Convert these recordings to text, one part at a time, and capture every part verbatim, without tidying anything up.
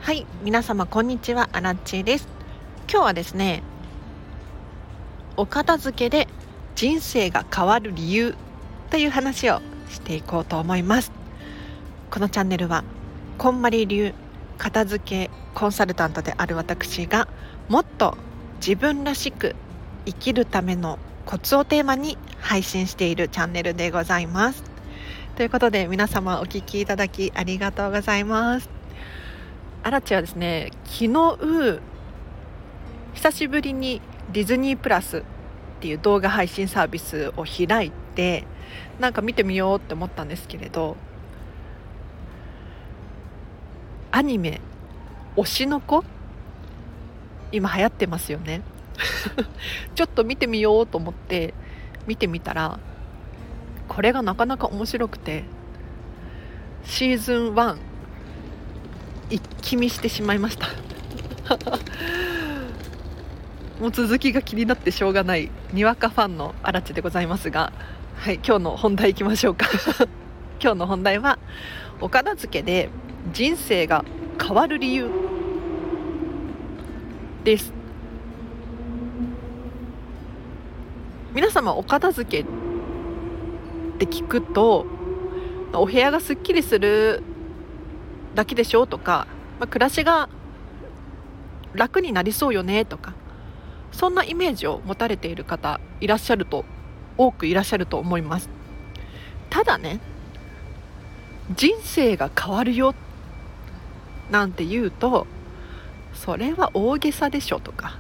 はい、皆様こんにちは、アラッチです。今日はですね、お片付けで人生が変わる理由という話をしていこうと思います。このチャンネルはこんまり流片付けコンサルタントである私がもっと自分らしく生きるためのコツをテーマに配信しているチャンネルでございます。ということで皆様お聞きいただきありがとうございます。アラチはですね、昨日久しぶりにディズニープラスっていう動画配信サービスを開いてなんか見てみようって思ったんですけれど、アニメ推しの子今流行ってますよねちょっと見てみようと思って見てみたら、これがなかなか面白くてシーズンワン一気見してしまいましたもう続きが気になってしょうがないにわかファンのアラチでございますが、はい、今日の本題いきましょうか今日の本題はお片付けで人生が変わる理由です。皆様お片付けって聞くとお部屋がすっきりするだけでしょとか、まあ、暮らしが楽になりそうよねとか、そんなイメージを持たれている方いらっしゃると多くいらっしゃると思います。ただね、人生が変わるよなんて言うとそれは大げさでしょとか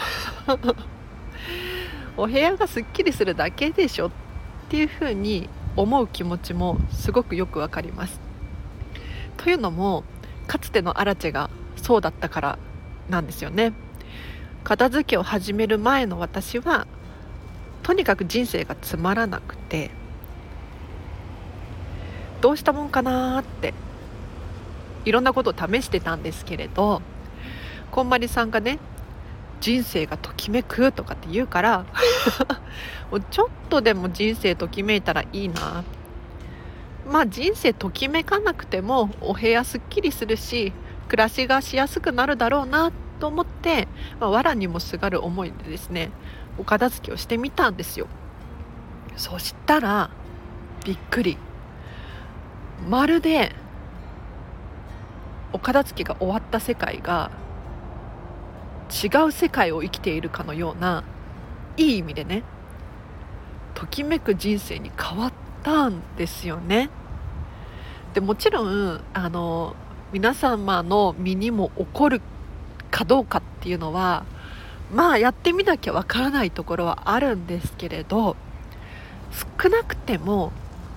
お部屋がすっきりするだけでしょっていうふうに思う気持ちもすごくよくわかります。というのもかつてのアラチェがそうだったからなんですよね。片付けを始める前の私はとにかく人生がつまらなくてどうしたもんかなっていろんなことを試してたんですけれど、こんまりさんがね人生がときめくとかって言うからもうちょっとでも人生ときめいたらいいな。まあ人生ときめかなくてもお部屋すっきりするし暮らしがしやすくなるだろうなと思って、まあ、藁にもすがる思いでですねお片付けをしてみたんですよ。そしたらびっくり、まるでお片付けが終わった世界が違う世界を生きているかのような、いい意味でねときめく人生に変わったんですよね。でもちろんあの皆様の身にも起こるかどうかっていうのはまあやってみなきゃわからないところはあるんですけれど、少なくても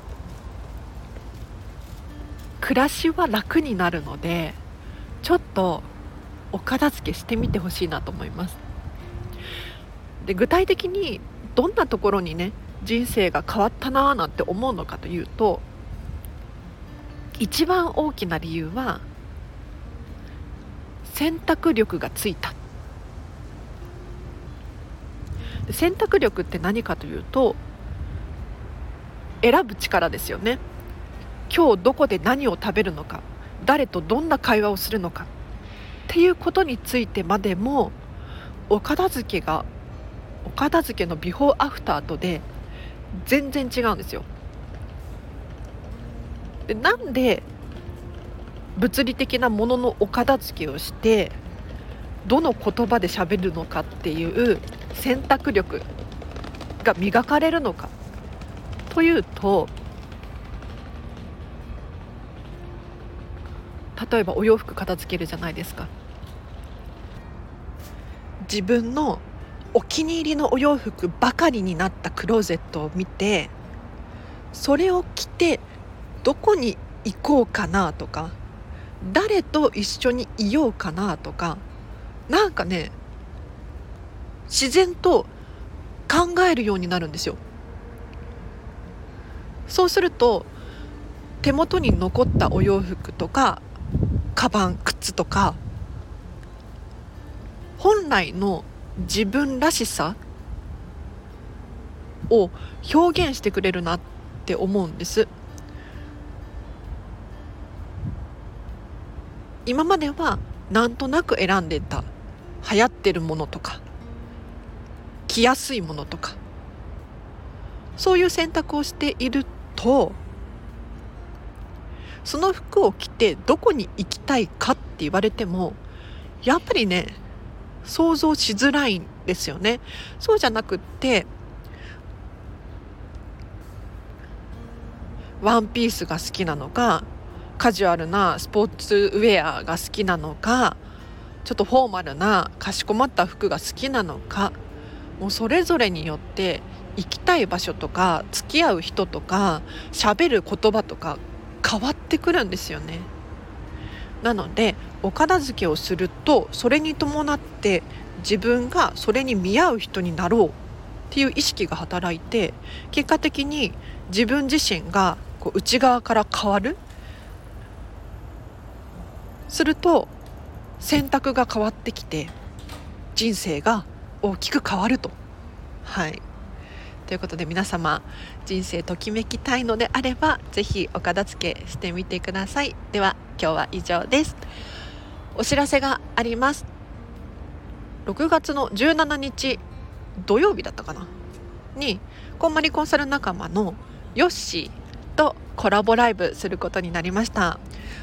暮らしは楽になるのでちょっとお片付けしてみてほしいなと思います。で具体的にどんなところにね人生が変わったなーなんて思うのかというと、一番大きな理由は選択力がついた。選択力って何かというと選ぶ力ですよね。今日どこで何を食べるのか、誰とどんな会話をするのかっていうことについてまでもお片付けがお片付けのビフォーアフターとで全然違うんですよ。でなんで物理的なもののお片付けをしてどの言葉で喋るのかっていう選択力が磨かれるのかというと、例えばお洋服片付けるじゃないですか。自分のお気に入りのお洋服ばかりになったクローゼットを見て、それを着てどこに行こうかなとか、誰と一緒にいようかなとか、なんかね自然と考えるようになるんですよ。そうすると手元に残ったお洋服とかカバン靴とか本来の自分らしさを表現してくれるなって思うんです。今まではなんとなく選んでた流行ってるものとか着やすいものとか、そういう選択をしていると、その服を着てどこに行きたいかって言われてもやっぱりね想像しづらいんですよね。そうじゃなくってワンピースが好きなのか、カジュアルなスポーツウェアが好きなのか、ちょっとフォーマルなかしこまった服が好きなのか、もうそれぞれによって行きたい場所とか付き合う人とか喋る言葉とか変わってくるんですよね。なのでお片付けをすると、それに伴って自分がそれに見合う人になろうっていう意識が働いて、結果的に自分自身がこう内側から変わる。すると選択が変わってきて人生が大きく変わると。はいということで、皆様人生ときめきたいのであればぜひお片付けしてみてください。では今日は以上です。お知らせがあります。ろくがつのじゅうしちにち土曜日だったかなに、こんまりコンサル仲間のヨッシーとコラボライブすることになりました。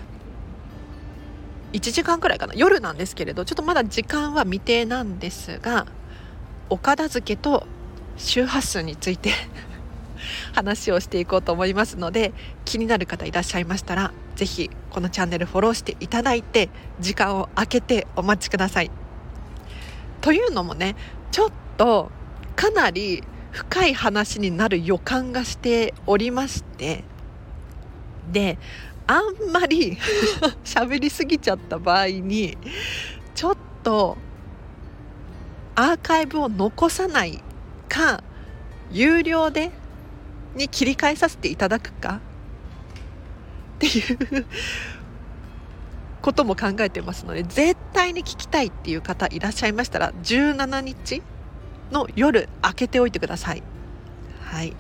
いちじかんくらいかな、夜なんですけれど、ちょっとまだ時間は未定なんですが、お片付けと周波数について話をしていこうと思いますので、気になる方いらっしゃいましたらぜひこのチャンネルフォローしていただいて時間を空けてお待ちください。というのもね、ちょっとかなり深い話になる予感がしておりまして、であんまり喋りすぎちゃった場合にちょっとアーカイブを残さないか有料でに切り替えさせていただくかっていうことも考えてますので、絶対に聞きたいっていう方いらっしゃいましたらじゅうしちにちの夜開けておいてください。はい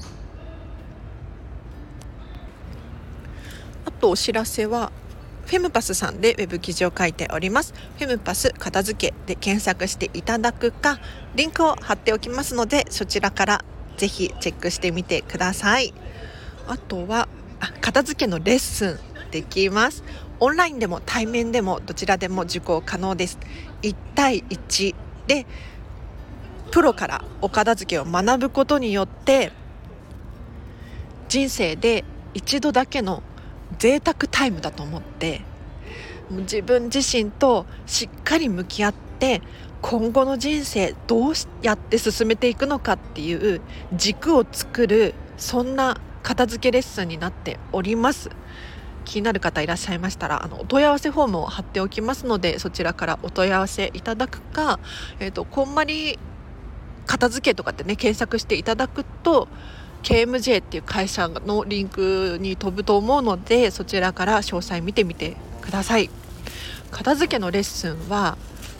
あとお知らせは、フェムパスさんでウェブ記事を書いております。フェムパス片付けで検索していただくか、リンクを貼っておきますのでそちらからぜひチェックしてみてください。あとはあ片付けのレッスンできます。オンラインでも対面でもどちらでも受講可能です。いちたいいちでプロからお片付けを学ぶことによって人生で一度だけの贅沢タイムだと思って、自分自身としっかり向き合って今後の人生どうやって進めていくのかっていう軸を作る、そんな片付けレッスンになっております。気になる方いらっしゃいましたら、あのお問い合わせフォームを貼っておきますのでそちらからお問い合わせいただくか、えーと、こんまり片付けとかってね検索していただくと ケーエムジェー っていう会社のリンクに飛ぶと思うので、そちらから詳細見てみてください。片付けのレッスンは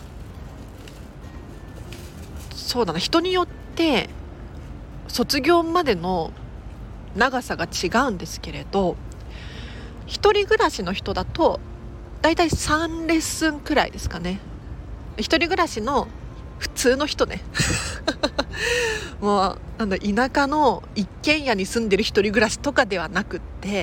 そうだな、人によって卒業までの長さが違うんですけれど、一人暮らしの人だとだいたいさんレッスンくらいですかね。一人暮らしの普通の人ねもうなんだ田舎の一軒家に住んでる一人暮らしとかではなくって、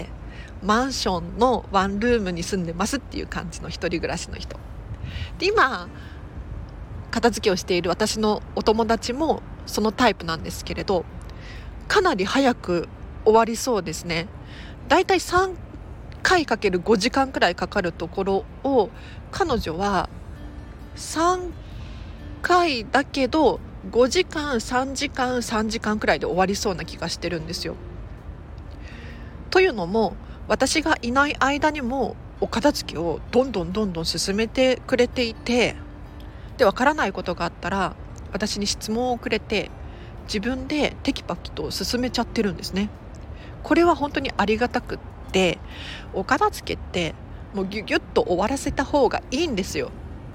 マンションのワンルームに住んでますっていう感じの一人暮らしの人で、今片付けをしている私のお友達もそのタイプなんですけれど、かなり早く終わりそうですね。だいたいさんかいかけるごじかんくらいかかるところを彼女はさんかいだけどごじかんさんじかんさんじかんくらいで終わりそうな気がしてるんですよ。というのも私がいない間にもお片付けをどんどんどんどん進めてくれていて、でわからないことがあったら私に質問をくれて自分でテキパキと進めちゃってるんですね。これは本当にありがたくって、お片付けってもうギュギュッと終わらせた方がいいんですよ。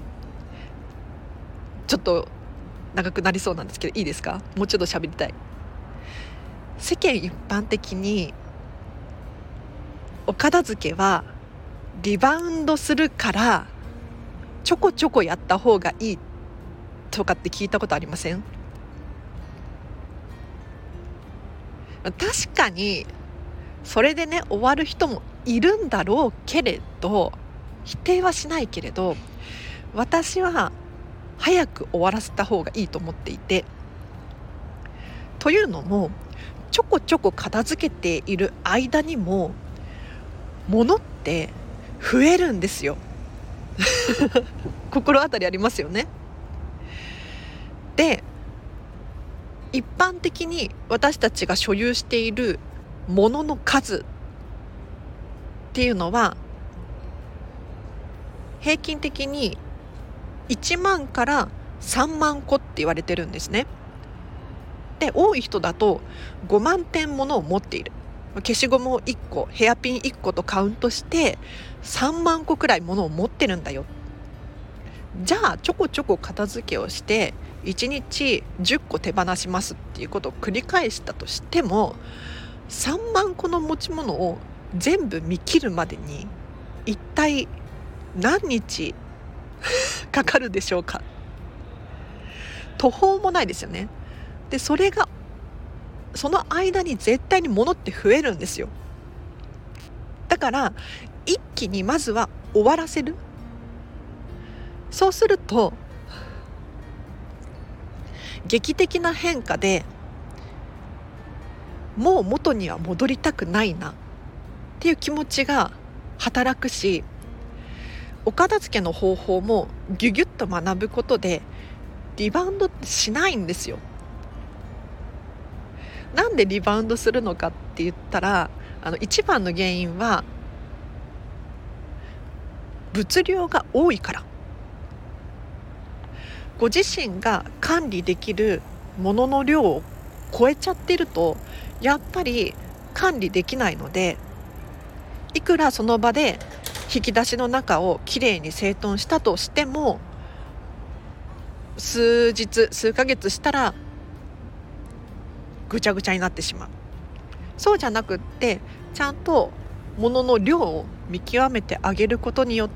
ちょっと長くなりそうなんですけどいいですか？もうちょっと喋りたい。世間一般的にお片付けはリバウンドするからちょこちょこやった方がいいとかって聞いたことありません？確かにそれでね終わる人もいるんだろうけれど、否定はしないけれど、私は早く終わらせた方がいいと思っていて、というのもちょこちょこ片付けている間にも物って増えるんですよ心当たりありますよね。で、一般的に私たちが所有している物の数っていうのは平均的にいちまんからさんまんこって言われてるんですね。で、多い人だとごまんてんものを持っている。消しゴムをいっこ、ヘアピンいっことカウントしてさんまんこくらいものを持ってるんだよ。じゃあちょこちょこ片付けをしていちにちじゅっこ手放しますっていうことを繰り返したとしても、さんまんこの持ち物を全部見切るまでに一体何日かかるでしょうか。途方もないですよね。で、それがその間に絶対に物って増えるんですよ。だから一気にまずは終わらせる。そうすると劇的な変化でもう元には戻りたくないなっていう気持ちが働くし、お片付けの方法もギュギュッと学ぶことでリバウンドってしないんですよ。なんでリバウンドするのかって言ったら、あの一番の原因は物量が多いから。ご自身が管理できるものの量を超えちゃってるとやっぱり管理できないので、いくらその場で引き出しの中をきれいに整頓したとしても、数日数ヶ月したらぐちゃぐちゃになってしまう。そうじゃなくって、ちゃんと物の量を見極めてあげることによって、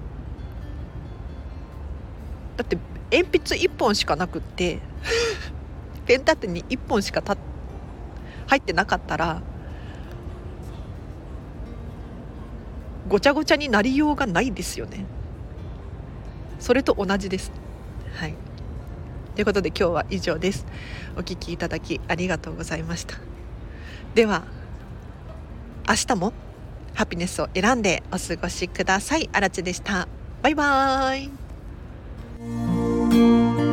だって鉛筆いっぽんしかなくってペン立てにいっぽんしかた入ってなかったらごちゃごちゃになりようがないですよね。それと同じです。はい。ということで今日は以上です。お聞きいただきありがとうございました。では明日もハピネスを選んでお過ごしください。あらちでした。バイバーイ。